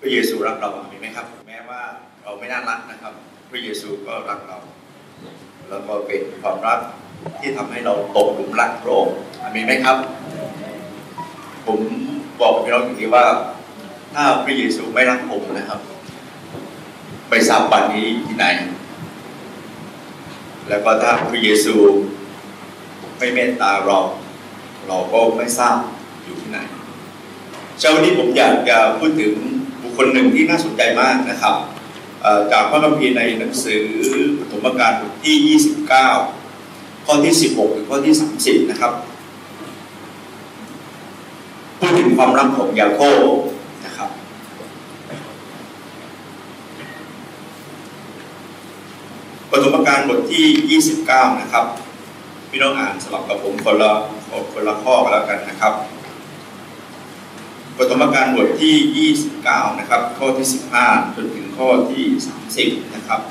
ระเยซูรักเราเห็นไหมครับแม้ว่าเราไม่น่ารักนะครับพระเยซูก็รักเราแล้วก็เป็นความรักที่ทำให้เราตกหลุมรักพระองค์มีไหมครับผมบอกพี่น้องอย่างนี้ว่าถ้าพระเยซูไม่รักผมนะครับไปทราบป่านนี้ที่ไหนแล้วก็ถ้าพระเยซูไม่เมตตาเราก็ไม่ทราบอยู่ที่ไหนเช้าวันนี้ผมอยากจะพูดถึงบุคคลหนึ่งที่น่าสนใจมากนะครับจากพระคัมภีร์ในหนังสือปฐมกาลบทที่29ข้อที่16ถึงข้อที่30นะครับพูดถึงความรักของยาโคบนะครับปฐมกาลบทที่29นะครับพี่น้องอ่านสลับกับผมคนละข้อกันแล้วกันนะครับปฐมกาลบทที่29นะครับข้อที่15จนถึงข้อที่30นะครับ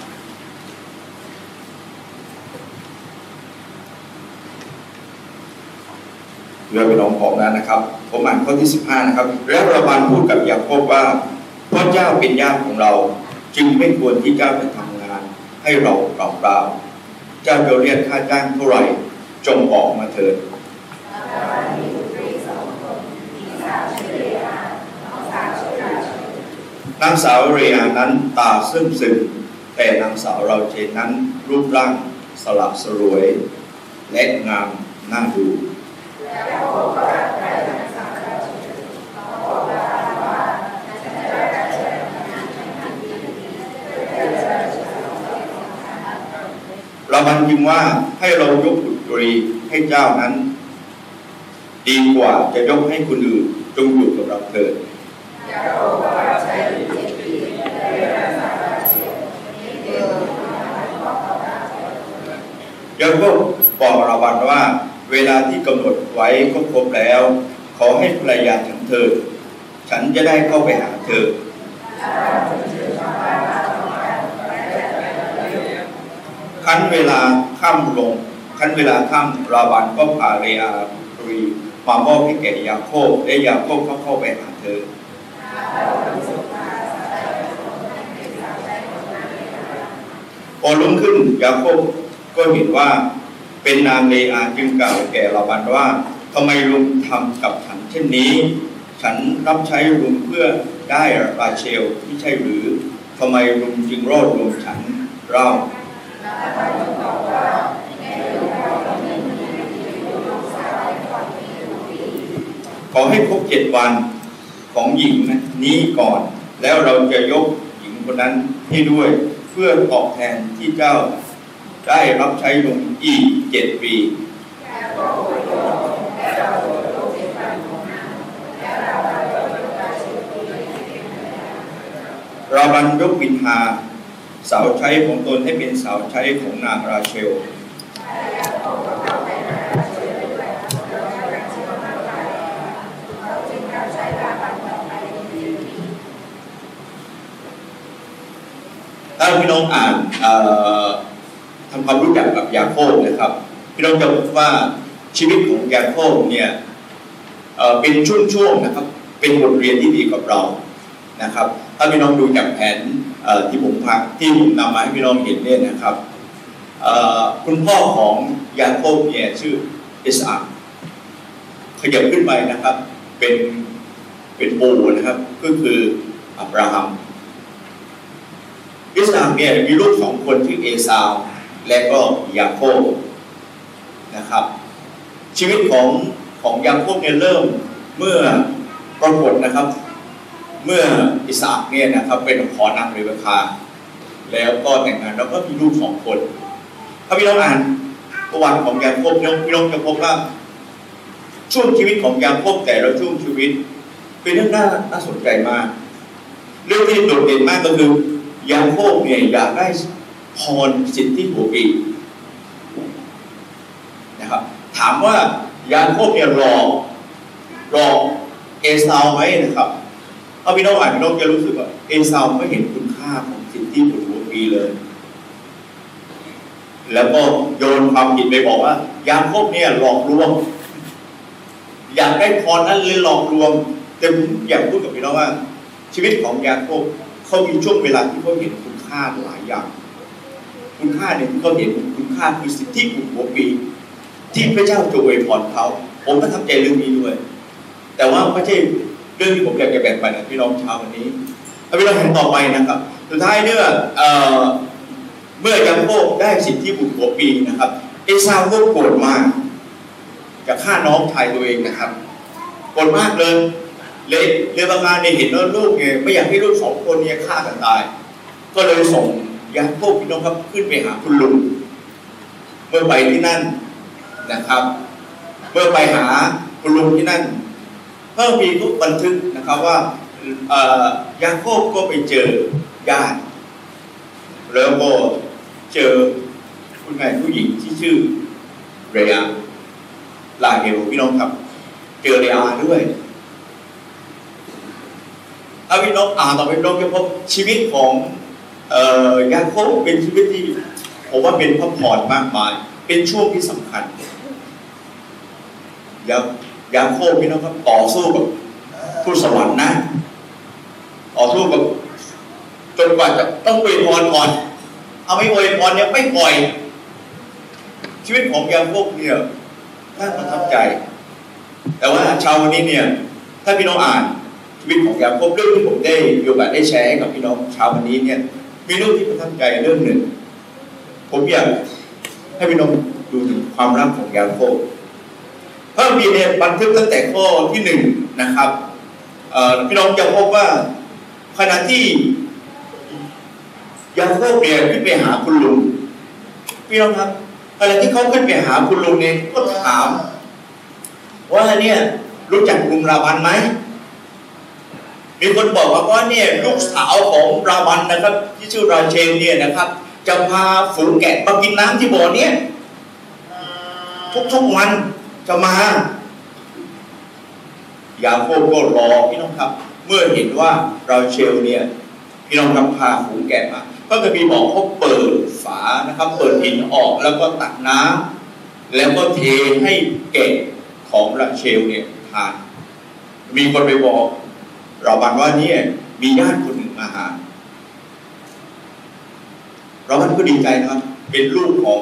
เรื่องไปน้องพร้อมแล้วนะครับผมอ่านข้อที่15นะครับแล้วลาบานพูดกับยาโคบว่าเพราะเจ้าเป็นญาติของเราจึงไม่ควรที่เจ้าจะทำงานให้เราเปล่าๆเจ้าจะเรียกค่าจ้างเท่าไหร่จงบอกมาเถิดนางสาวเรียนั้นตาซึมแต่นางสาวเราเจนนั้นรูปร่างสลับสลวยและงามน่าดูเราบันทึกว่าให้เรายกบุตรีให้เจ้านั้นดีกว่าจะยกให้คนอื่นจงอยู่กับเราเถิดยาโคบบอกลาบานว่าเวลาที่กำหนดไว้ก็ครบแล้วขอให้ภรรยาของเธอฉันจะได้เข้าไปหาเธอขั้นเวลาค่ำลาบานก็พาเลอาบุตรีมามอบให้แก่ยาโคบและยาโคบเข้าไปหาเธอพอรุ่งขึ้นยาโคบก็เห็นว่าเป็นนางเลอาจึงกล่าวแก่ลาบานว่าทำไมลุงทำกับฉันเช่นนี้ฉันรับใช้ลุงเพื่อได้ราเชลที่ใช่หรือทำไมลุงจึงรอดลุงฉันเล่าขอให้ครบ7 วันของหญิงนี้ก่อนแล้วเราจะยกหญิงคนนั้นให้ด้วยเพื่อตอบแทนที่เจ้าได้รับใช้ลุงอีก7 ปีราบันยกบิณฑาสาวใช้ของตนให้เป็นสาวใช้ของนางราเชลถ้าพี่น้องอ่านทำความรู้จักกับยาโคบนะครับพี่น้องจะพบว่าชีวิตของยาโคบเนี่ยเป็นช่วงๆนะครับเป็นบทเรียนที่ดีกับเรานะครับถ้าพี่น้องดูจากแผนที่ผมนำมาให้พี่น้องเห็นเนี่ยนะครับคุณพ่อของยาโคบเนี่ยชื่ออิสอัคขยับขึ้นไปนะครับเป็นปู่นะครับก็คืออับราฮัมอิสอัคเนี่ยมีลูก2 คนชื่อเอซาวและก็ยาโคบนะครับชีวิตของยาโคบเนี่ยเริ่มเมื่อปรากฏนะครับเมื่ออิสอัคเนี่ยนะครับเป็นขอนางเรเบคาแล้วก็แต่งงานแล้วก็มีลูก2 คนถ้าพี่น้องอ่านประวัติของยาโคบพี่น้องจะพบว่าช่วงชีวิตของยาโคบแต่ละช่วงชีวิตเป็นเรื่องน่าสนใจมากเรื่องที่โดดเด่นมากก็คือยาโคบเนี่ยอยากได้พรสิทธิบุตรนะครับถามว่ายาโคบเนี่ยรอเอซาวไหมนะครับเอาพี่น้องอ่านพี่น้องจะรู้สึกว่าเอซาวไม่เห็นคุณค่าของสิทธิบุตรเลยแล้วก็โยนความผิดไปบอกว่ายาโคบเนี่ยหลอกลวงอยากได้พรนั้นเลยหลอกลวงแต่ผมอยากพูดกับพี่น้องว่าชีวิตของยาโคบเขามีช่วงเวลาที่เขาเห็นคุณค่าหลายอย่างคุณค่าเนี่ยที่เขาเห็นคุณค่าคือสิทธิบุตรหัวปีที่พระเจ้าจะอวยพรเขาผมก็ทำใจเรื่องนี้ด้วยแต่ว่าไม่ใช่เรื่องที่ผมอยากจะแบ่งปันกับพี่น้องเช้าวันนี้พี่น้องเห็นต่อไปนะครับสุดท้ายเนี่ยเมื่อยาโคบได้สิทธิบุตรหัวปีนะครับเอซาวก็โกรธมากจะฆ่าน้องชายตัวเองนะครับโกรธมากเลยบางงานเนี่ยเห็นว่าลูกเนี่ยไม่อยากให้ลูกสองคนเนี่ยฆ่ากันตายก็เลยส่งยาโคบพี่น้องครับขึ้นไปหาคุณลุงเมื่อไปที่นั่นนะครับเมื่อไปหาคุณลุงที่นั่นเพิ่มมีทุกบันทึกนะครับว่ายาโคบก็ไปเจอญาติแล้วก็เจอคุณแม่ผู้หญิงที่ชื่อเรียลาเฮลพี่น้องครับเจอเรียด้วยถ้าพี่น้องต่อไปพี่น้องจะพบชีวิตของยาโคบเป็นชีวิตที่ผมว่าเป็นพระพรมากมายเป็นช่วงที่สำคัญยาโคบพี่น้องครับต่อสู้กับทูตสวรรค์นะต่อสู้กับจนกว่าจะต้องอวยพรก่อนเอาไม่อวยพรเนี่ยไม่ปล่อยชีวิตของยาโคบเนี่ยน่าประทับใจแต่ว่าเช้าวันนี้เนี่ยถ้าพี่น้องอ่านชีวิตของยาโคบเรื่องที่ผมได้มีโอกาสได้แชร์กับพี่น้องเช้าวันนี้เนี่ยมีเรื่องที่ประทับใจเรื่องหนึ่งผมอยากให้พี่น้องดูถึงความรักของยาโคบพระคัมภีร์เนี่ยบันทึกตั้งแต่ข้อที่หนึ่งนะครับพี่น้องจะพบว่าขณะที่ยาโคบเนี่ยขึ้นไปหาคุณลุงพี่น้องครับขณะที่เขาขึ้นไปหาคุณลุงเนี่ยก็ถามว่าเนี่ยรู้จักลุงลาบันไหมมีคนบอกว่าเนี่ยลูกสาวของลาบันนะครับที่ชื่อราเชลเนี่ยนะครับจะพาฝูงแกะมากินน้ำที่บ่อเนี่ยทุกวันจะมายาโคบก็รอพี่น้องครับเมื่อเห็นว่าราเชลเนี่ยพี่น้องครับพาฝูงแกะมาก็จะมีบอกเขาเปิดฝานะครับเปิดหินออกแล้วก็ตักน้ำแล้วก็เทให้แกะของราเชลเนี่ยทานมีคนไปบอกเราบันว่านี่มีญาติคนหนึ่งมาหาเราบันก็ดีใจนะครับเป็นลูกของ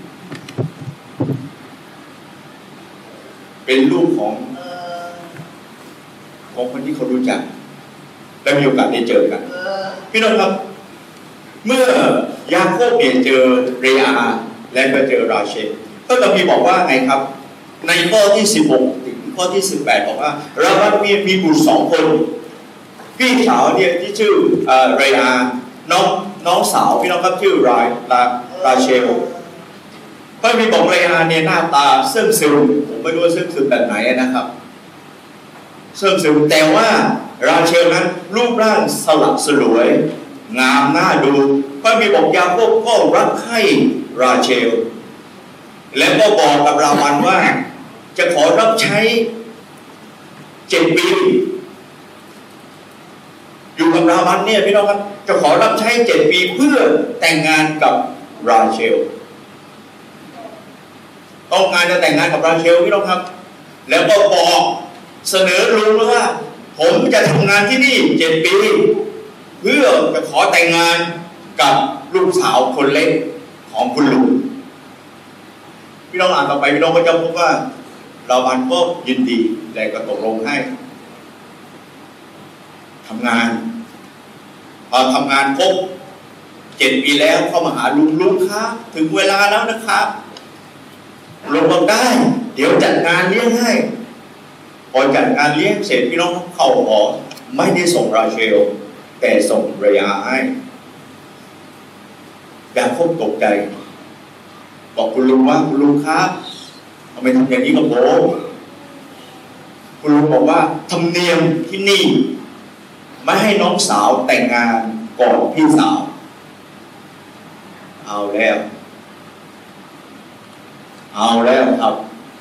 คนที่เขารู้จักและมีโอกาสได้เจอกันพี่น้องครับเมื่อยาโคบเนี่ยเจอเรียและก็เจอราเชลก็จะมีบอกว่าไงครับในข้อที่16ถึงข้อที่18บอกว่าเราบันมีบุตร2คนพี่สาวเนี่ยที่ชื่อเรียน้องสาวพี่น้องครับชื่อราเชลพระมีบอกเรียเนี่ยหน้าตาเสื่อมซึมผมไม่รู้ว่าเสื่อมซึมแบบไหนนะครับเสื่อมซึมแต่ว่าราเชลนั้นรูปร่างสลักสลวยงามน่าดูพระมีบอกยาโคบก็รักใคร่ราเชลและก็บอกกับลาบันว่าจะขอรับใช้7 ปีอยู่กับลาบันเนี่ยพี่น้องครับจะขอรับใช้7 ปีเพื่อแต่งงานกับราเชลต้องการจะแต่งงานกับราเชลพี่น้องครับแล้วก็บอกเสนอลุงว่าผมจะทำงานที่นี่7 ปีเพื่อจะขอแต่งงานกับลูกสาวคนเล็กของคุณลุงพี่น้องอ่านต่อไปพี่น้องก็จะพบว่าลาบันก็ยินดีและก็ตกลงให้ทำงานพอทำงานครบ7 ปีแล้วเข้ามาหาลุงครับถึงเวลาแล้วนะครับลุงบอกได้เดี๋ยวจัดงานเลี้ยงให้พอจัดงานเลี้ยงเสร็จพี่น้องเข้าหอไม่ได้ส่งราเชลแต่ส่งเรียให้ยาโคบตกใจบอกคุณลุงว่าคุณลุงครับทำไมทำอย่างนี้กับผมคุณลุงบอกว่าธรรมเนียมที่นี่ไม่ให้น้องสาวแต่งงานก่อนพี่สาวเอาแล้วครับ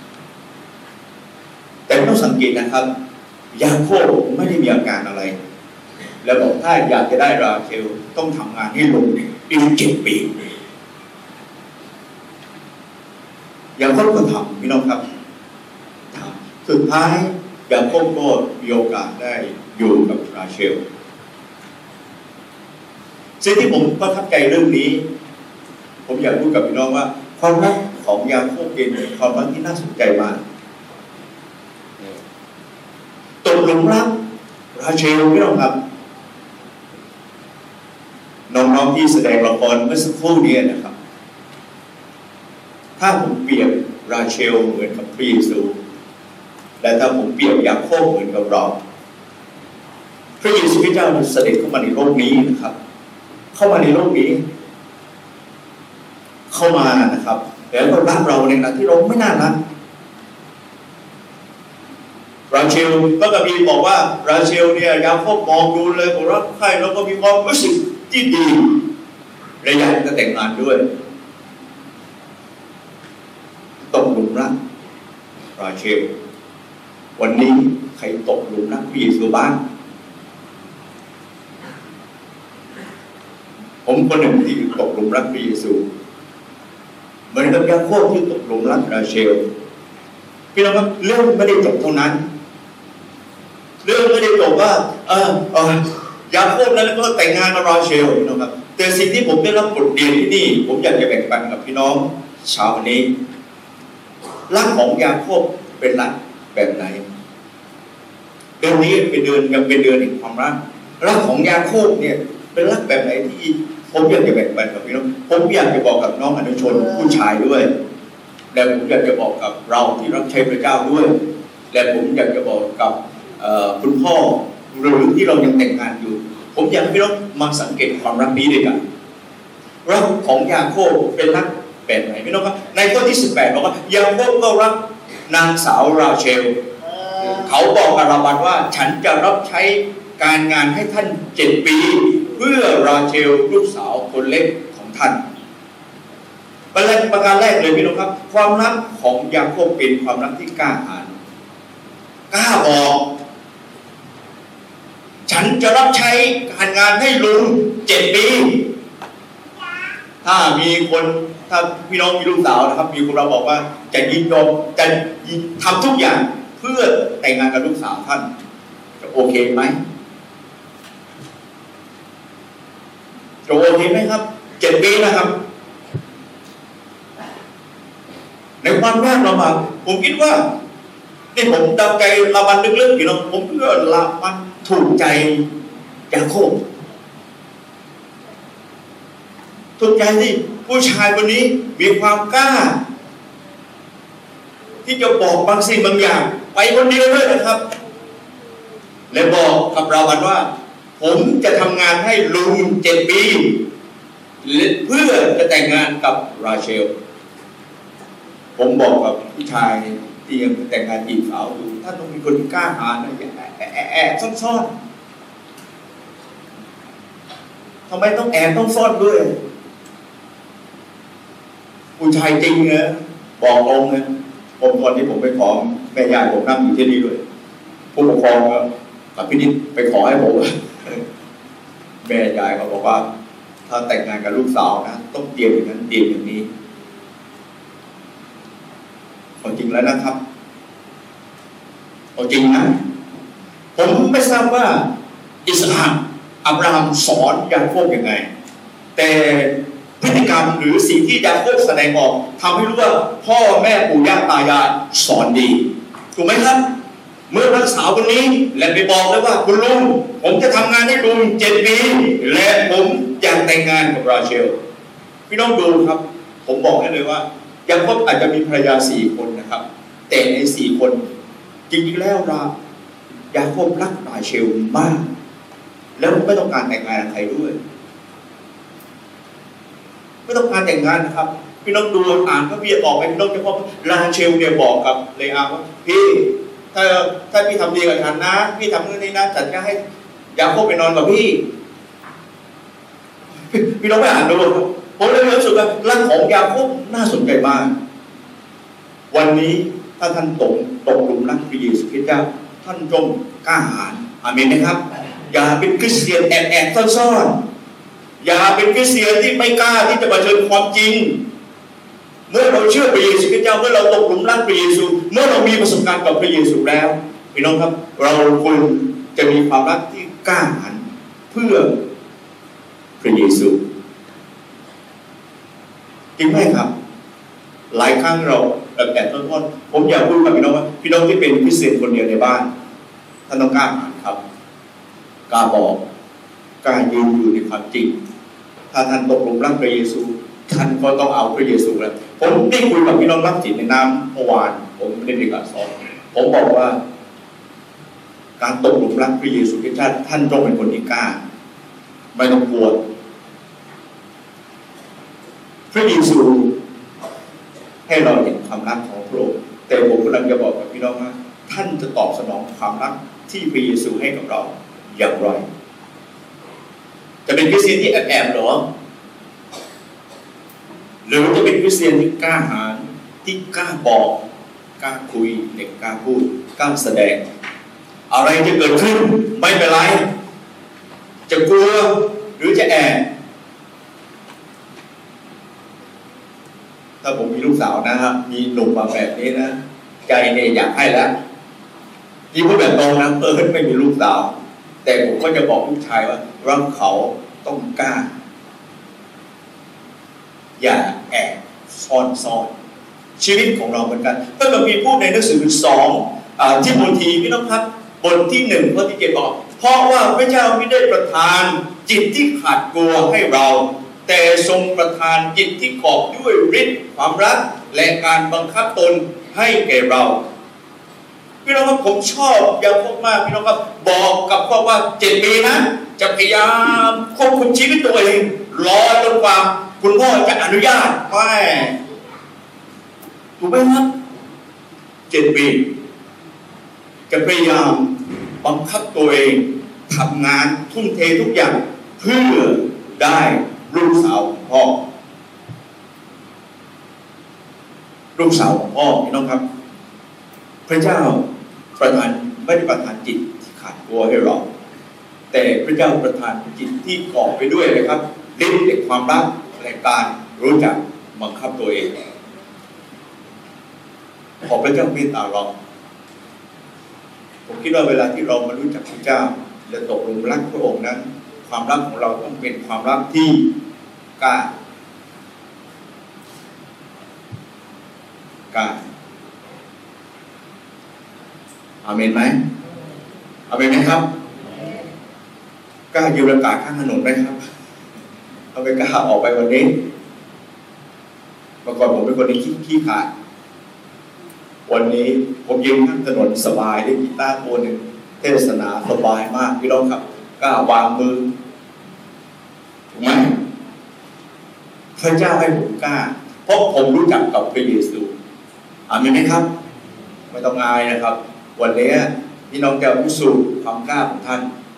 แต่ต้องสังเกตนะครับยาโคบไม่ได้มีอาการอะไรแล้วบอกถ้าอยากจะได้ราเชลต้องทำงานให้ลงอีก7 ปียาโคบก็ทำพี่น้องครับสุดท้ายยาโคบก็มีโอกาสได้อยู่กับราเชลสิ่งที่ผมประทับใจเรื่องนี้ผมอยากพูดกับพี่น้องว่าความรักของยาโคบเป็นความรักที่น่าสนใจมากตกหลุมรักราเชลพี่น้องครับน้องๆที่แสดงละครเมื่อสักครู่นี้นะครับถ้าผมเปรียบราเชลเหมือนกับพระเยซูและถ้าผมเปรียบยาโคบเหมือนกับเราพระเยซูคริสต์เจ้าเสด็จเข้ามาในโลกนี้นะครับเข้ามาในโลกนี้เข้ามานะครับแล้วก็รักเราในขณะที่เราไม่น่ารักราเชลก็กบีบอกว่าราเชลเนี่ยยาโคบมองดูเลยบอกรักใครแล้วก็มีความรู้สึกที่ดีและอยากจะแต่งงานด้วยตกหลุมรักราเชลวันนี้ใครตกหลุมรักพระเยซูบ้างผมคนหนึ่งที่ตกหลุมรักพระเยซูเหมือนกับยาโคบที่ตกหลุมรักราเชลพี่น้องครับเรื่องไม่ได้จบเท่านั้นเรื่องไม่ได้จบว่ายาโคบนั้นก็แต่งงานกับราเชลพี่น้องครับแต่สิ่งที่ผมได้รับบทเรียนที่นี่ผมอยากจะแบ่งปันกับพี่น้องเช้าวันนี้รักของยาโคบเป็นรักแบบไหนเดือนนี้เป็นเดือนแห่งความรักของยาโคบเนี่ยเป็นรักแบบไหนที่ผมอยากจะแบ่งปันกับพี่น้องผมอยากจะบอกกับน้องอนุชนผู้ชายด้วยและผมอยากจะบอกกับเราที่รับใช้พระเจ้าด้วยและผมอยากจะบอกกับคุณพ่อหรือที่เรายังแต่งงานอยู่ผมอยากให้พี่น้องมาสังเกตความรักนี้ด้วยกันรักของยาโคบเป็นรักแบบไหนพี่น้องครับในข้อที่18บอกว่ายาโคบก็รักนางสาวราเชลเขาบอกกับลาบานว่าฉันจะรับใช้การงานให้ท่าน7 ปีเพื่อราเชลลูกสาวคนเล็กของท่านประการแรกเลยพี่น้องครับความรักของยาโคบเป็นความรักที่กล้าหาญกล้าบอกฉันจะรับใช้การงานให้ลุง7 ปีถ้าพี่น้องมีลูกสาวนะครับมีคนเราบอกว่าจะยินยอมจะทำทุกอย่างเพื่อแต่งงานกับลูกสาวท่านจะโอเคไหมจะโอเคไหมครับ7 ปีนะครับในความยากลำบากผมคิดว่านี่ผมเดาใจลาบันลึกๆอยู่นะผมเพื่อลาบันถูกใจยาโคบถูกใจที่ผู้ชายคนนี้มีความกล้าที่จะบอกบางสิ่งบางอย่างไปคนเดียวด้วยนะครับและบอกกับลาบันว่าผมจะทำงานให้ลุง7 ปีเพื่อจะแต่งงานกับราเชลผมบอกกับผู้ชายที่ยังแต่งงานจีบสาวอยู่ท่านต้องมีคนกล้าหาญนะอย่าแอบซ่อนทำไมต้องแอบต้องซ่อนด้วยผู้ชายจริงนะบอกองค์นะผมตอนที่ผมไปขอแม่ยายผมนั่งอยู่ที่นี่ด้วยผู้ปกครองกับพี่นิดไปขอให้ผมแม่ยายเขาบอกว่าถ้าแต่งงานกับลูกสาวนะต้องเตรียมอย่างนั้นเตรียมอย่างนี้จริงแล้วนะครับจริงนะผมไม่ทราบว่าอิสลามอับราฮัมสอนยาโคบยังไงแต่พฤติกรรมหรือสิ่งที่ยาโคบแสดงออกทำให้รู้ว่าพ่อแม่ปู่ย่าตายายสอนดีถูกไหมครับเมื่อรักสาวคนนี้และไปบอกเลยว่าคุณลุงผมจะทำงานให้ลุง7 ปีและผมอยากแต่งงานกับราเชลพี่น้องดูครับผมบอกให้เลยว่ายาโคบอาจจะมีภรรยา4 คนนะครับแต่ใน4 คนจริงๆแล้วยาโคบรักราเชลมากแล้วไม่ต้องการแต่งงานกับใครด้วยไม่ต้องการแต่งงานนะครับพี่น้องดูอ่านพระคัมภีร์ออกไปพี่น้องจะพบราเชลเนี่ยบอกกับเลอาว่าพี่ถ้าพี่ทำดีกับฉันนะพี่ทำเรื่องนี้นะฉันจะให้ยาโคบไปนอนกับพี่น้องไปอ่านดูผมเลยรู้สึกว่าเรื่องของยาโคบน่าสนใจมากวันนี้ถ้าท่านตกหลุมรักพระเยซูคริสต์เจ้าท่านจงกล้าหาญอาเมนนะครับอย่าเป็นคริสเตียนแอบซ่อนๆอย่าเป็นคริสเตียนที่ไม่กล้าที่จะเผชิญความจริงเมื่อเราเชื่อพระเยซูคริสต์เจ้าเมื่อเราตกหลุมรักพระเยซูเมื่อเรามีประสบการณ์กับพระเยซูแล้วพี่น้องครับเราควรจะมีความรักที่กล้าหาญเพื่อพระเยซูจริงไหมครับหลายครั้งเราแต่ต้นผมอยากพูดกับพี่น้องว่าพี่น้องที่เป็นคริสเตียนคนเดียวในบ้านท่านต้องกล้าอ่านครับกล้าบอกกล้ายืนอยู่ในความจริงถ้าท่านตกหลุมรักพระเยซูท่านก็ต้องเอาพระเยซูแล้วผมได้คุยกับพี่น้องรับจิตในน้ำเมื่อวานผมไม่ได้มีการสอนผมบอกว่าการตกหลุมรักพระเยซูคริสต์ท่านต้องเป็นคนที่กล้าไม่ต้องกลัวพระเยซูให้เราเห็นความรักของพระองค์แต่ผมกำลังจะบอกกับพี่น้องว่าท่านจะตอบสนองความรักที่พระเยซูให้กับเราอย่างไรจะเป็นคริสเตียนที่แอบหรอหรือจะเป็นคริสเตียนที่กล้าหาญที่กล้าบอกกล้าคุยเด็กกล้าพูดกล้าแสดงอะไรจะเกิดขึ้นไม่เป็นไรจะกลัวหรือจะแอบถ้าผมมีลูกสาวนะครับมีหนุ่มมาแบบนี้นะใจเนี่ยอยากให้แล้วที่พูดแบบตรงนะไม่มีลูกสาวแต่ผมก็จะบอกลูกชายว่ารักเขาต้องกล้าอย่าแอบซ่อนชีวิตของเราเหมือนกันพระคัมภีร์พูดในหนังสือ2ทิโมธีพี่น้องครับบทที่1ข้อที่7บอกเพราะว่าพระเจ้าไม่ได้ประทานจิตที่ขาดกลัวให้เราแต่ทรงประทานจิตที่กอบด้วยฤทธิ์ความรักและการบังคับตนให้แก่เราพี่น้องครับผมชอบยาโคบมากพี่น้องครับบอกกับพ่อว่า7 ปีนะจะพยายามควบคุมชีวิตตัวเองรอจนกว่าคุณพ่อจะอนุญาตไม่ถูกไหมครับ7 ปีจะพยายามบังคับตัวเองทำงานทุ่มเททุกอย่างเพื่อได้ลูกสาวของพ่อลูกสาวของพ่อพี่น้องครับพระเจ้าประทานไม่ได้ประทานจิตที่ขาดกลัวให้เราแต่พระเจ้าประทานจิตที่กอบไปด้วยนะครับฤทธิ์แห่งความรักและการรู้จักบังคับตัวเองขอพระเจ้าเมตตาเราผมคิดว่าเวลาที่เรามารู้จักพระเจ้าและตกหลุมรักพระองค์นั้นความรักของเราต้องเป็นความรักที่กล้าอาเมนไหมอาเมนไหมครับกล้ายืนประกาศข้างถนนไหมครับเอาไปกล้าออกไปวันนี้เมื่อก่อนผมเป็นคนที่ขี้ขลาดวันนี้ผมยืนข้างถนนสบายได้กีตาร์ตัวหนึ่งเทศนาสบายมากพี่น้องครับกล้าวางมือถูกไหมพระเจ้าให้ผมกล้าเพราะผมรู้จักกับพระเยซูอาเมนไหมครับไม่ต้องอายนะครับวันนี้พี่น้องจะพิสูจน์ความกล้าของท่าน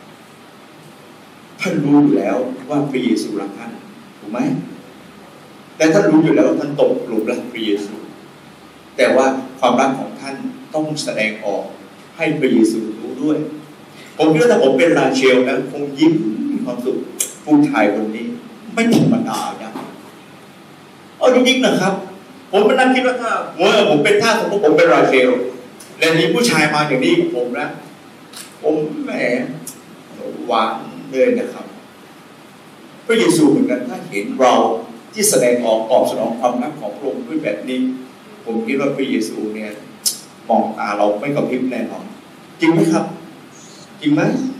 รู้อยู่แล้วว่าพระเยซูรักท่านถูกไหมแต่ท่านรู้อยู่แล้วว่าท่านตกหลุมรักพระเยซูแต่ว่าความรักของท่านต้องแสดงออกให้พระเยซูรู้ด้วยผมคิดว่าถ้าผมเป็นราเชลนะคงยิ้มมีความสุขผู้ชายคนนี้ไม่ธรรมดานะเอาจริงๆนะครับผมก็นั่งคิดว่าถ้าผมเป็นท่าของผมเป็นราเชลและมีผู้ชายมาอย่างนี้กับผมนะผมแหมหวานเลยนะครับพระเยซูเหมือนกันถ้าเห็นเราที่แสดงออกตอบสนองความรักของพระองค์ด้วยแบบนี้ผมคิดว่าพระเยซูเนี่ยมองตาเราไม่กระพริบแน่นอนจริงไหมครับจริงไหม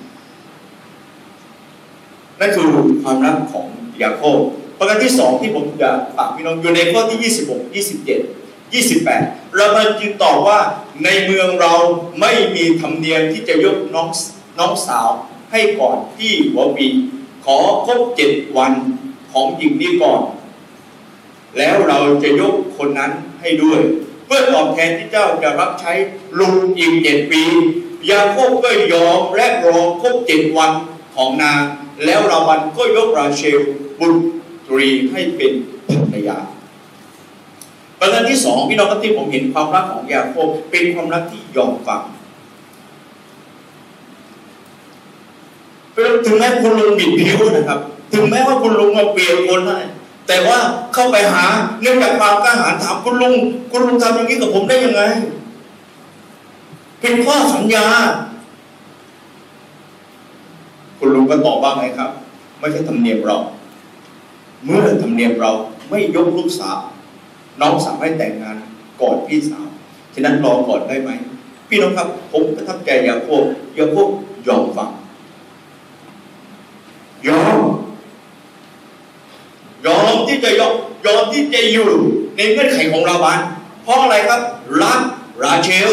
นั่นคือความรักของยาโคบประการที่2ที่ผมอยากฝากพี่น้องอยู่ในข้อที่26 27 28เรามาจึงตอบว่าในเมืองเราไม่มีธรรมเนียมที่จะยกน้องสาวให้ก่อนที่หัวปีขอครบ7 วันของหญิงนี้ก่อนแล้วเราจะยกคนนั้นให้ด้วยเพื่อตอบแทนที่เจ้าจะรับใช้ลุงอีก7 ปียาโคบก็ยอมและรอครบ7 วันของนางแล้วลาบันก็ยกราเชลบุตรีให้เป็นภรรยาประการที่2พี่น้องที่ผมเห็นความรักของยาโคบเป็นความรักที่ยอมฟังถึงแม้คุณลุงบิดผิวนะครับถึงแม้ว่าคุณลุงมาเปลี่ยนคนได้แต่ว่าเข้าไปหาเนื่องจากความกล้าหาญถามคุณลุงทำอย่างนี้กับผมได้ยังไงเป็นข้อสัญญาคุณลุงก็ตอบว่าไงครับไม่ใช่ธรรมเนียมเราเมื่อธรรมเนียมเราไม่ยกลูกสาวน้องสาวให้แต่งงานก่อนพี่สาวฉะนั้นรอก่อนได้ไหมพี่น้องครับผมประทับใจยาโคบยอมฟังยอมที่จะยอมที่จะอยู่ในเงื่อนไขของลาบานเพราะอะไรครับรักราเชล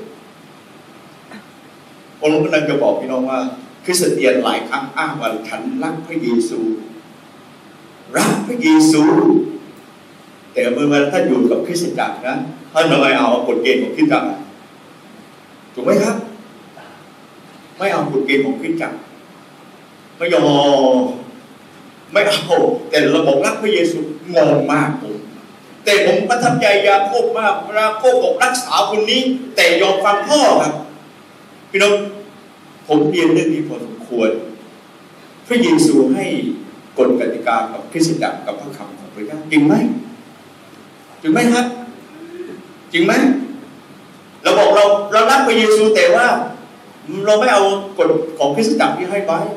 ผมกำลังจะบอกพี่น้องว่าคริสเตียนหลายครั้งอ้างว่าฉันรักพระเยซูรักพระเยซูแต่เมื่อท่านอยู่กับคริสตจักรนะท่านไม่เอากฎเกณฑ์ของคริสตจักรถูกไหมครับไม่เอากฎเกณฑ์ของคริสตจักรไม่ยอมไม่เอาแต่เราบอกรักพระเยซูงงมากผมแต่ผมประทับใจยาโคบมากยาโคบบอกรักษาคนนี้แต่ยอมฟังพ่อครับพี่น้องผมเรียนเรื่องนี้พอสมควรพระเยซูให้กฎกติกากับคริสตจักรกับพระคำของพระเจ้าจริงไหมครับจริงไหมเราบอกเรารักพระเยซูแต่ว่าเราไม่เอากฎของคริสตจักรที่ให้ไว้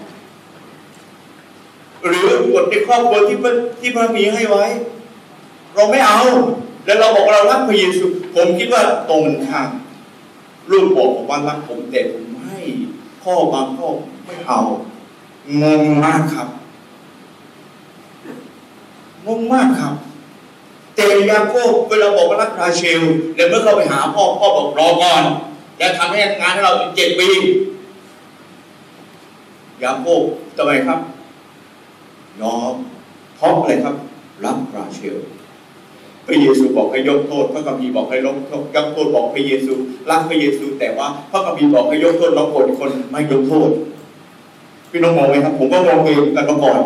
หรือกฎในครอบครัวที่พระมีให้ไว้เราไม่เอาแล้วเราบอกเรารักพระเยซูผมคิดว่าตรงกันข้ามลูกบอกผมว่ารักผมแต่ผมให้พ่อบางพ่อไม่เอางงมากครับแต่ยาโคบเวลาบอกว่ารักราเชลแล้วเมื่อเขาไปหาพ่อบอกรอก่อนอย่าทำให้งานให้เรา7 ปียาโคบทำไมครับยอมเพราะอะไรครับรักราเชลพระเยซูบอกให้ยกโทษพระคัมภีร์บอกให้ยกโทษบอกพระเยซูรักพระเยซูแต่ว่าพระคัมภีร์บอกให้ยกโทษเราโกรธคนไม่ยกโทษพี่น้องมองไหมครับผมก็มองเองกันมาก่อน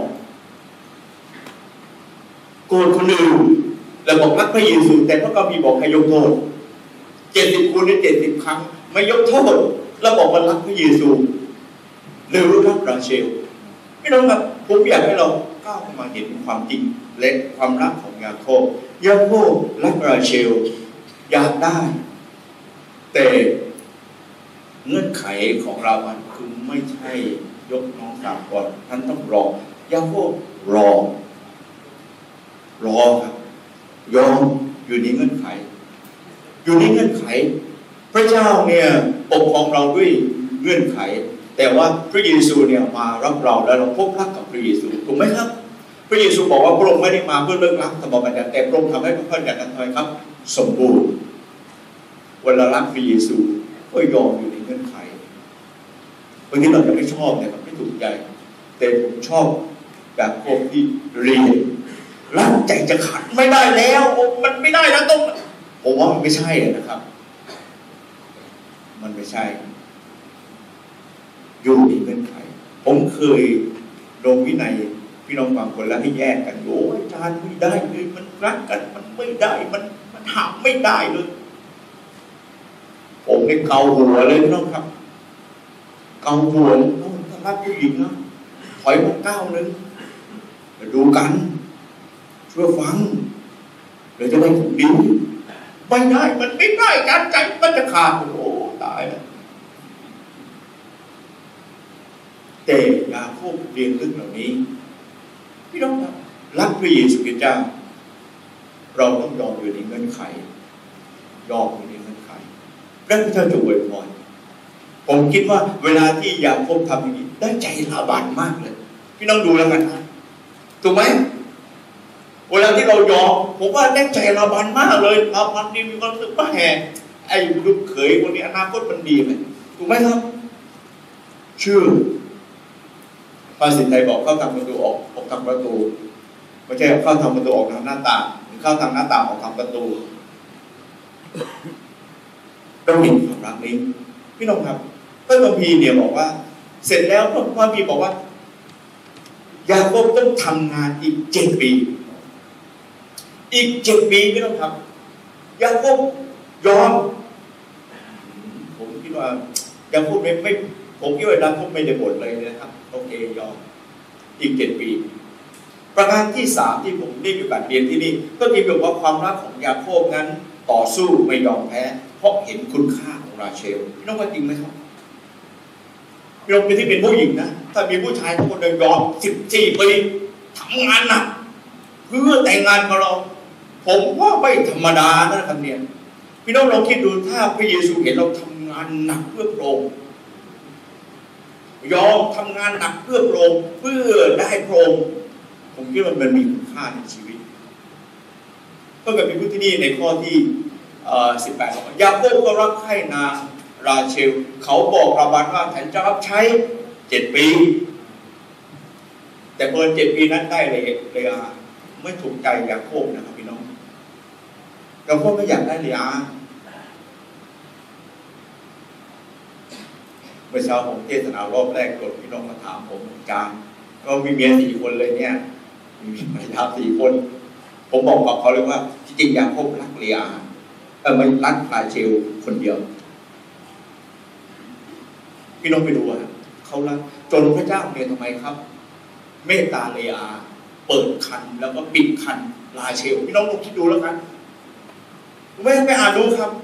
โกรธคนอื่นแล้วบอกรักพระเยซูแต่พระคัมภีร์บอกให้ยกโทษ70 คูณด้วย70 ครั้งไม่ยกโทษแล้วบอกว่ารักพระเยซูหรือรักราเชลพี่น้องครับผมอยากให้เราก้าวมาเห็นความจริงและความรักของยาโคบรักราเชลอยากได้แต่เงื่อนไขของเรามันคือไม่ใช่ยกน้องสาวก่อนท่านต้องรอยาโคบรอครับยอมอยู่ในเงื่อนไขพระเจ้าเนี่ยปกครองเราด้วยเงื่อนไขแต่ว่าพระเยซูเนี่ยมารับเราแล้วเราพบรักกับพระเยซูถูกไหมครับพระเยซูบอกว่าพระองค์ไม่ได้มาเพื่อเลิกรักธรรมบัญญัติแต่พระองค์ทำให้พระบัญญัตินั้นทำไมครับสมบูรณ์เวลารักพระเยซูก็ยอมอยู่ในเงื่อนไขบางทีเราจะไม่ชอบเนี่ยครับไม่ถูกใจแต่ผมชอบแบบพวกที่เรียนรักใจจะขาดไม่ได้แล้วมันไม่ได้แล้วต้องผมว่ามันไม่ใช่นะครับมันไม่ใช่อยู่ในเงื่อนไขผมเคยลงวินัยพี่น้องบางคนแล้วให้แยกกันโอ้อาจารย์ไม่ได้เลยมันรักกันมันไม่ได้มันหาไม่ได้เลยผมให้เกาหัวเลยพี่น้องครับเกาหัวถ้ารักผู้หญิงนะถอยมา9 นึงมาดูกันช่วยฟังเดี๋ยวจะได้ผลดีไม่ได้มันไม่ได้การใจมันจะขาดโอ้ตายแล้วแต่ยาโคบเรียนเรื่องเหล่านี้พี่น้องครับรักพระเยซูคริสต์เจ้าเราต้องยอมอยู่ในเงื่อนไขพระเจ้าจะอวยพรผมคิดว่าเวลาที่ยาโคบทำอย่างนี้ได้ใจลาบานมากเลยพี่น้องดูแล้วกันนะถูกไหมเวลาที่เรายอมผมว่าได้ใจลาบานมากเลยลาบานนี่มีความรู้สึกว่าแหมไอ้ลูกเขยคนนี้อนาคตมันดีไหมถูกไหมครับชื่อภาษาไทยบอกเข้าทางประตูออกทางประตูไม่ใช่เข้าทางประตูออกทางหน้าต่างหรือเข้าทางหน้าต่างออกทางประตูเราเห็นความรักนี้พี่น้องครับพระคัมภีร์เนี่ยบอกว่าเสร็จแล้วพระคัมภีร์บอกว่ายาโคบต้องทำงานอีก7 ปีพี่น้องครับยาโคบยอมผมคิดว่ายาโคบไม่ผมคิดว่ายาโคบไม่ได้บ่นเลยนะครับโอเคยอมอีก7 ปีประการที่3ที่ผมได้มีโอกาสเรียนที่นี่ก็มีบอกว่าความรักของยาโคบนั้นต่อสู้ไม่ยอมแพ้เพราะเห็นคุณค่าของราเชลพี่น้องว่าจริงไหมครับพี่น้องที่เป็นผู้หญิงนะถ้ามีผู้ชายทุกคนเดินยอม14 ปีทำงานหนักเพื่อแต่งงานกับเราผมว่าไม่ธรรมดานะครับเนี่ยพี่น้องลองคิดดูถ้าพระเยซูเห็นเราทำงานหนักเพื่อพระองค์ยอมทำงานหนักเพื่อพระองค์เพื่อได้พระองค์ผมคิดว่ามันมีคุณค่าในชีวิตก็กับมีพูดที่นี่ในข้อที่18บอกว่ายาโคบก็รักใคร่นางราเชลเขาบอกลาบานว่าฉันจะรับใช้7 ปีแต่เพิ่น7 ปีนั้นได้เลอาไม่ถูกใจยาโคบนะครับพี่น้องยาโคบไม่อยากได้เลอาเมื่อเช้าผมเทศนารอบแรกกดพี่น้องมาถามผมอาจารย์ก็มีเมีย4 คนเลยเนี่ยมีภรรยา4 คนผมบอกกับเขาเลยว่าจริงๆยาโคบรักเลอาไม่รักราเชลคนเดียวพี่น้องไปดูอ่ะเขารักจนพระเจ้าเนี่ยทำไมครับเมตตาเลอาเปิดคันแล้วก็ปิดคันราเชลพี่น้องลองคิดดูแล้วกันไม่อ่านดูครับ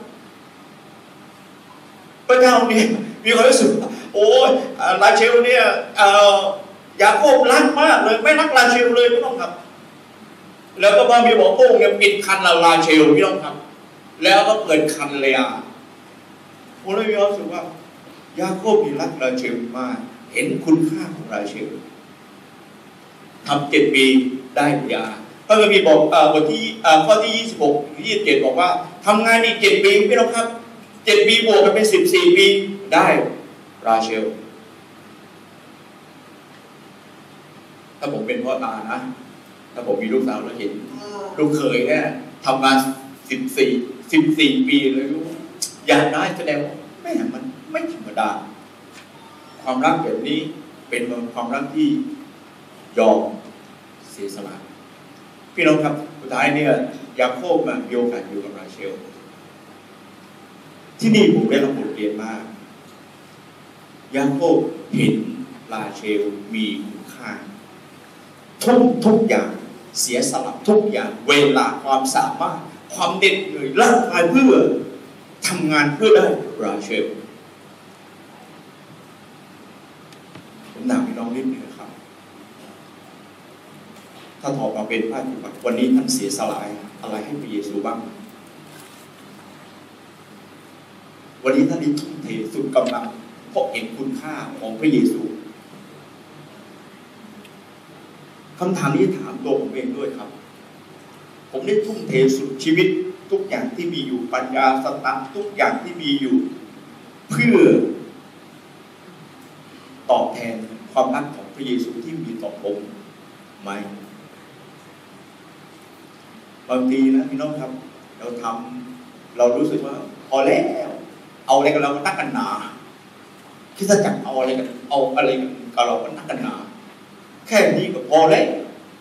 พระเจ้าเนี่ยมีความรู้สึกโอ้ยราเชลเนี่ยยาโคบรักมากเลยไม่รักราเชลเลยพี่น้องครับแล้วก็มามีบอกพระองค์เนี่ยปิดคันราเชลพี่น้องครับแล้วก็เปิดคันเลอาผมเลยมีความรู้สึกว่ายาโคบมีรักราเชลมากเห็นคุณค่าของราเชลทำ7 ปีได้เลอาพระคัมภีร์บอกบทที่ข้อที่26 ถึง 27บอกว่าทำงานอีก7 ปีพี่น้องครับ7 ปีบวกกันเป็น14 ปีได้ราเชลถ้าผมเป็นพ่อตานะถ้าผมมีลูกสาวแล้วเห็นลูกเขยเนี่ยทำงาน14 ปีเลยอยากได้แสดงว่าแม่มันไม่ธรรมดาความรักแบบนี้เป็นความรักที่ยอมเสียสละพี่น้องครับสุดท้ายเนี่ยยาโคบมามีโอกาสอยู่กับราเชลที่นี่ผมได้รับบทเรียนมากยาโคบเห็นราเชลมีคุณค่าทุกอย่างเสียสละทุกอย่างเวลาความสามารถความเด็ดเหนื่อยร่างกายเพื่อทำงานเพื่อได้ราเชลผมถามพี่น้องนิดหนึ่งครับถ้าถอดมาเป็นภาพปฏิบัติวันนี้ท่านเสียสละอะไรให้พระเยซูบ้างวันนี้ท่านได้ทุ่มเทสุดกำลังเพราะเห็นคุณค่าของพระเยซูคำถามนี้ถามตัวผมเองด้วยครับผมได้ทุ่มเทสุดชีวิตทุกอย่างที่มีอยู่ปัญญาสตังค์ทุกอย่างที่มีอยู่เพื่อตอบแทนความรักของพระเยซูที่มีต่อผมไหมบางทีนะพี่น้องครับเรารู้สึกว่าพอแล้วเอาอะไรกันเราก็นักกันหนาคิดจะจับเอาอะไรกันกับเราก็นักกันหนาแค่นี้ก็พอแล้ว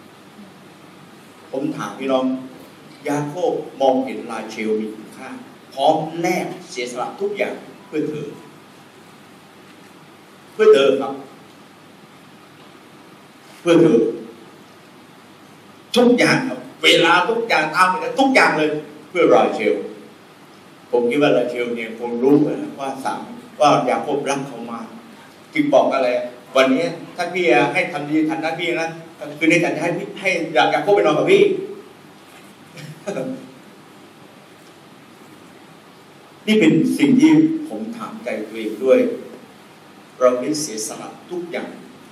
ผมถามพี่น้องยาโคบมองเห็นราเชลมีคุณค่าพร้อมแลกเสียสละทุกอย่างเพื่อเธอครับเพื่อเธอทุกอย่างครับเวลาทุกอย่างตามไปทุกอย่างเลยเพื่อราเชลผมคิดว่าราเชลเนี่ยคงรู้นะว่ายาโคบรักเขามาจึงบอกอะไรวันนี้ถ้าพี่ให้ทำดีทันนั้นพี่นะคือในการจะให้ยาโคบไปนอนกับพี่ นี่เป็นสิ่งที่ผมถามใจตัวเองด้วยเราได้เสียสละทุกอย่าง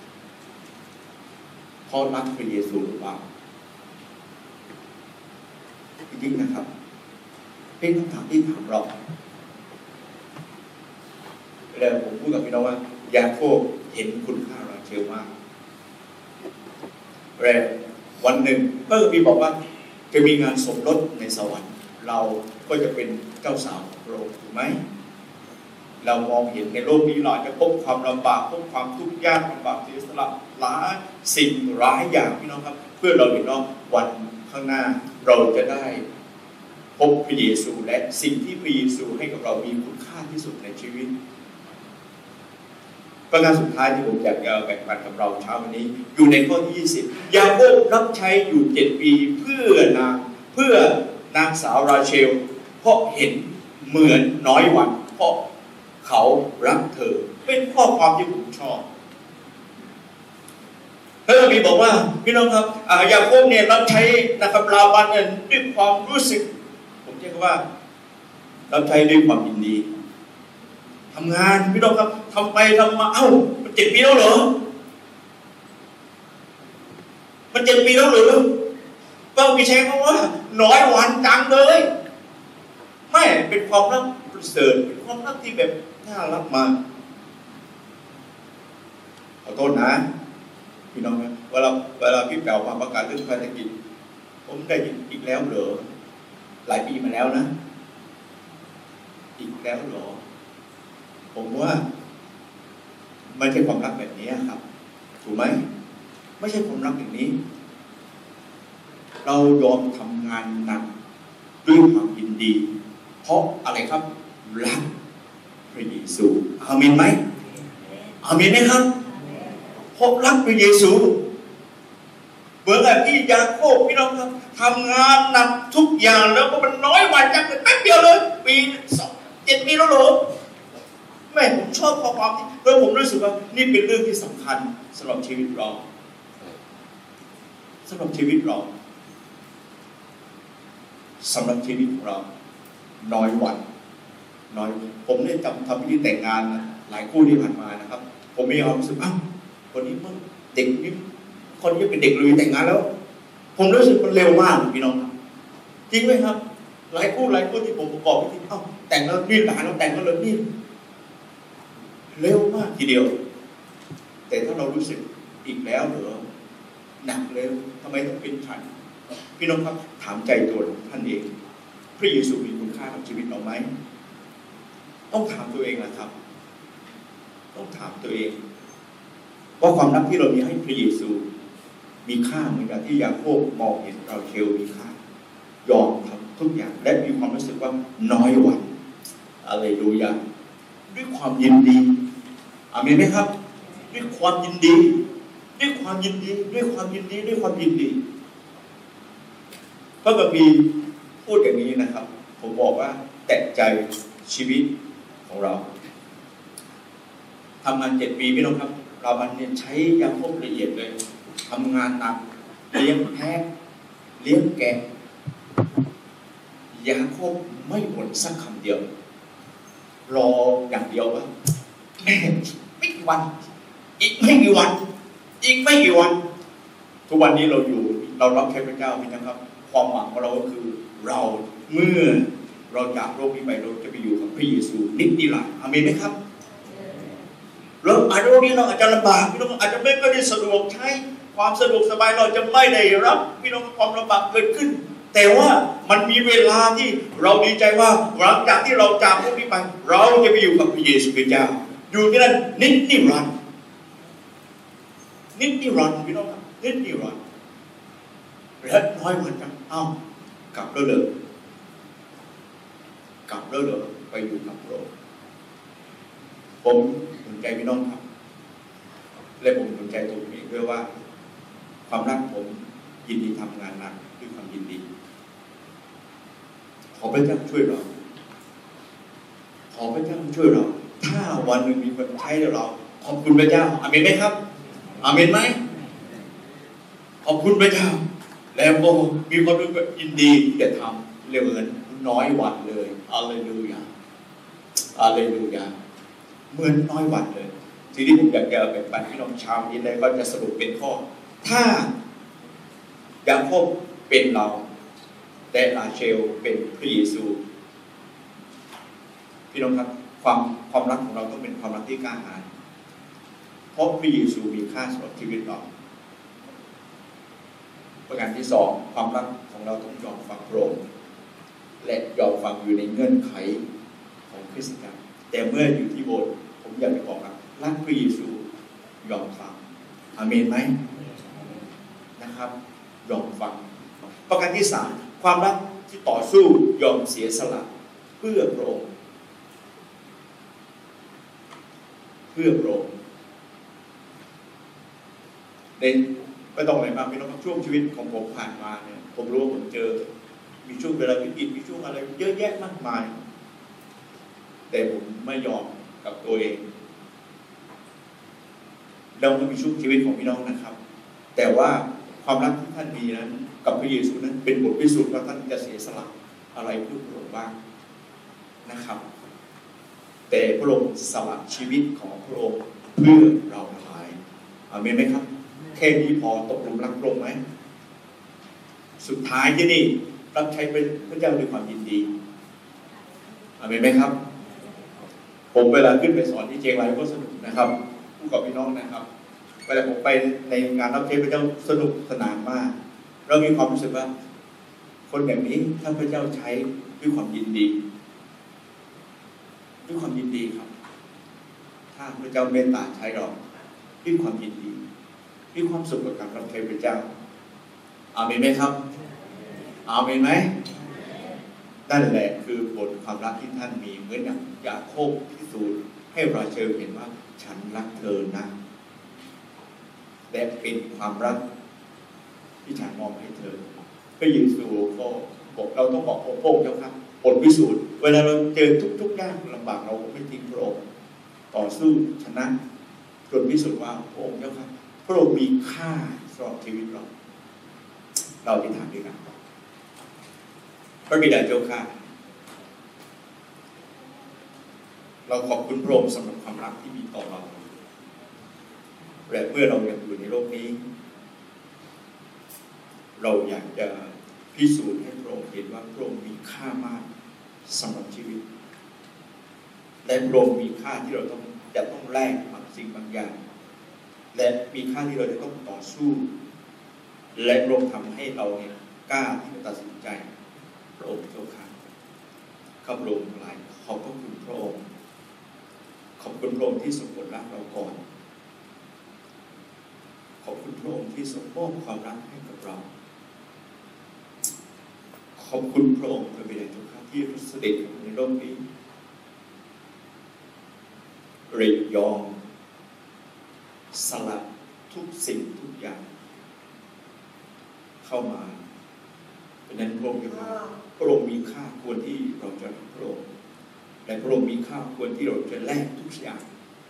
เพราะรักพระเยซูหรือเปล่าจริงๆนะครับเป็นคำถามที่ถามเราแล้วผมพูดกับพี่น้องว่ายาโคบเห็นคุณค่าราเชลมากแล้ววันหนึ่งก็มีบอกว่าจะมีงานสมรสในสวรรค์เราก็จะเป็นเจ้าสาวของพระองค์ถูกไหมเรามองเห็นในโลกนี้เราจะพบความลำบากพบความทุกข์ยากลำบากเสียสละหลายสิ่งหลายอย่างพี่น้องครับเพื่อเราเห็นว่าวันข้างหน้าเราจะได้พบพระเยซูและสิ่งที่พระเยซูให้กับเรามีคุณค่าที่สุดในชีวิตประการสุดท้ายที่ผมอยากจะแบ่งปันกับเราเช้าวันนี้อยู่ในข้อที่20ยาโคบรับใช้อยู่7 ปีเพื่อนางสาวราเชลเพราะเห็นเหมือนน้อยวันเพราะเขารักเธอเป็นข้อความที่ผมชอบพระคัมภีร์บอกว่าพี่น้องครับยาโคบเนี่ยรับใช้นะครับลาบันเนี่ยด้วยความรู้สึกผมเรียกว่ารับใช้ด้วยความยินดีทำงานพี่น้องครับทำไปทำมามัน7 ปีแล้วเหรอมัน7 ปีแล้วหรือก็มีแชร์เขาว่าน้อยวันจังเลยไม่เป็นความรักประเสริฐเป็นความรักที่แบบน่ารักมากขอโทษนะพี่น้องนะเวลาพี่แป๋วมาประกาศเรื่องภารกิจผมได้อีกแล้วเหรอหลายปีมาแล้วนะอีกแล้วเหรอผมว่าไม่ใช่ความรักแบบนี้ครับถูกไหมไม่ใช่ความรักอย่างนี้เรายอมทำงานหนักด้วยความยินดีเพราะอะไรครับรักพระเยซูอาเมนไหมอาเมนไหมครับเพราะรักพระเยซูเหมือนกับที่ยาโคบพี่น้องครับทำงานหนักทุกอย่างแล้วก็มันน้อยวันจังเลยแป๊บเดียวเลยปี7 ปีแล้วเหรอแม่ผมชอบข้อความนี้แล้วผมรู้สึกว่านี่เป็นเรื่องที่สำคัญสำหรับชีวิตเราสำหรับชีวิตเราสำหรับชีวิตของเราน้อยวันน้อยผมได้ทำพิธีแต่งงานหลายคู่ที่ผ่านมานะครับผมมีความรู้สึกคนนี้มันเด็กนี่คนนี้เป็นเด็กเลยแต่งงานแล้วผมรู้สึกมันเร็วมากพี่น้องจริงไหมครับหลายคู่ที่ผมประกอบพิธีแต่งแล้วรีบหาแล้วแต่งแล้วเลยนี่เร็วมากทีเดียวแต่ถ้าเรารู้สึกอีกแล้วเหรอหนักเร็วทำไมต้องเป็นฉันพี่น้องครับถามใจตัวท่านเองพระเยซูมีคุณค่ากับชีวิตเราไหมต้องถามตัวเองนะครับต้องถามตัวเองว่าความรักที่เรามีให้พระเยซูมีค่าเหมือนกับที่ยาโคบมองเห็นเราเชลมีค่ายอมทำทุกอย่างและมีความรู้สึกว่าน้อยวันอะไรดูอย่างด้วยความยินดีอาเมนไหมครับด้วยความยินดีด้วยความยินดีด้วยความยินดีด้วยความยินดีพระคัมภีร์พูดอย่างนี้นะครับผมบอกว่าแตะใจชีวิตของเราทำงาน7 ปีพี่น้องครับเรามันเนี่ยใช้ยาโคบละเอียดเลยทำงานหนักเลี้ยงแพะเลี้ยงแกะยาโคบไม่บ่นสักคำเดียวรออย่างเดียวว่าแม่ไม่กี่วันอีกไม่กี่วันอีกไม่กี่วันทุกวันนี้เรารับใช้พระเจ้าพี่นะครับความหวังของเราก็คือเราเมื่อเราจากโลกนี้ไปเราจะไปอยู่กับพระเยซูนิรันดร์อาเมนไหมครับเราอาจจะนี้เราอาจจะลำบากพี่น้องอาจจะไม่ได้สะดวกใช้ความสะดวกสบายเราจะไม่ได้รับพี่น้องความลำบากเกิดขึ้นแต่ว่ามันมีเวลาที่เราดีใจว่าหลังจากที่เราจากโลกนี้ไปเราจะไปอยู่กับพระเยซูคริสต์เจ้าอยู่ที่นั่นนิรันดร์พี่น้องครับนิรันดร์และน้อยวันจังกลับแล้วเลยไปอยู่กับพระองค์ผมสนใจพี่น้องครับและผมสนใจตัวผมเองด้วยว่าความรักผมยินดีทำงานหนักด้วยความยินดีขอพระเจ้าช่วยเราถ้าวันหนึ่งมีคนใช้เราขอบคุณพระเจ้าอาเมนไหมครับอาเมนไหมขอบคุณพระเจ้าแล้วก็มีคนรู้ยินดีที่จะทำเร็วเหมือนน้อยวันเลยอาเลลูยาเหมือนน้อยวันเลยทีนี้ผมอยากจะแบ่งปันพี่น้องชาวนี้เลยก็จะสรุปเป็นข้อถ้ายาโคบเป็นเราแต่ราเชลเป็นพระเยซูพี่น้องครับความรักของเราต้องเป็นความรักที่กล้าหาญเพราะพระเยซูมีค่าสำหรับชีวิตเราประการที่2ความรักของเราต้องยอมฟังพระองค์และยอมฟังอยู่ในเงื่อนไขของคริสตจักรแต่เมื่ออยู่ที่โบสถ์ผมอยากจะบอกรักพระเยซูยอมฟังอาเมนไหมนะครับยอมฟังประการที่3ความรักที่ต่อสู้ยอมเสียสละเพื่อพระองค์ไม่ต้องอะไรมากพี่น้องช่วงชีวิตของผมผ่านมาเนี่ยผมรู้ว่าผมเจอมีช่วงเวลาวิกฤตมีช่วงอะไรเยอะแยะมากมายแต่ผมไม่ยอมกับตัวเองเราก็มีช่วงชีวิตของพี่น้องนะครับแต่ว่าความรักที่ท่านมีนั้นกับพระเยซูนั้นเป็นบทพิสูจน์ว่าท่านจะเสียสละอะไรเพื่อพระองค์บ้างนะครับแต่พระองค์สละชีวิตของพระองค์เพื่อเราทั้งหลายอาเมนไหมครับแค่นี้พอตกหลุมรักพระองค์ไหมสุดท้ายที่นี่รับใช้พระเจ้าด้วยความยินดีอาเมนไหมครับผมเวลาขึ้นไปสอนที่เชียงรายก็สนุกนะครับผู้กับพี่น้องนะครับเวลาผมไปในงานรับใช้พระเจ้าสนุกสนานมากเรามีความรู้สึกว่าคนแบบนี้ถ้าพระเจ้าใช้ด้วยความยินดีด้วยความยินดีครับถ้าพระเจ้าเมตตาใช้เราด้วยความยินดีด้วยความสุขกับการรับใช้พระเจ้าอาเมนไหมครับอาเมนไหมนั่นแหละคือบทความรักที่ท่านมีเหมือนอย่างยาโคบพิสูจน์ให้เราเจอเห็นว่าฉันรักเธอนะและเป็นความรักที่ฉันมองให้เธอพระเยซูก็บอกเราต้องบอกพระองค์เจ้าครับบทพิสูจน์เวลาเราเจอทุกยากลำบากเราไม่ทิ้งพระองค์ต่อสู้ชนะจนพิสูจน์ว่าพระองค์เจ้าครับพระองค์มีค่าสำหรับชีวิตเราที่ถามด้วยกันพระบิดาเจ้าข้าเราขอบคุณพระองค์สำหรับความรักที่มีต่อเราและเมื่อเรายังอยู่ในโลกนี้เราอยากจะพิสูจน์ให้พระองค์เห็นว่าพระองค์มีค่ามากสำหรับชีวิตและพระองค์มีค่าที่เราจะต้องแลกบางสิ่งบางอย่างและมีค่าที่เราจะต้องต่อสู้และพระองค์ทำให้เราเนี่ยกล้าที่จะตัดสินใจพระองค์เจ้าข้าข้าพระองค์ทั้งหลายขอบพระคุณพระองค์ขอบคุณพระองค์ที่ทรงโปรดรักเราก่อนขอบคุณพระองค์ที่ทรงมอบความรักให้กับเราขอบคุณพระองค์พระบิดาเจ้าข้าที่เสด็จในโลกนี้เรียยอมสละทุกสิ่งทุกอย่างเข้ามาเพราะนั้นพระองค์มีค่าควรที่เราจะรักพระองค์และพระองค์มีค่าควรที่เราจะแลกทุกอย่าง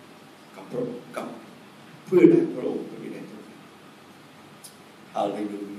กับพระองค์กับเพื่อได้พระองค์พระบิดาเจ้าข้าฮาเลลูยา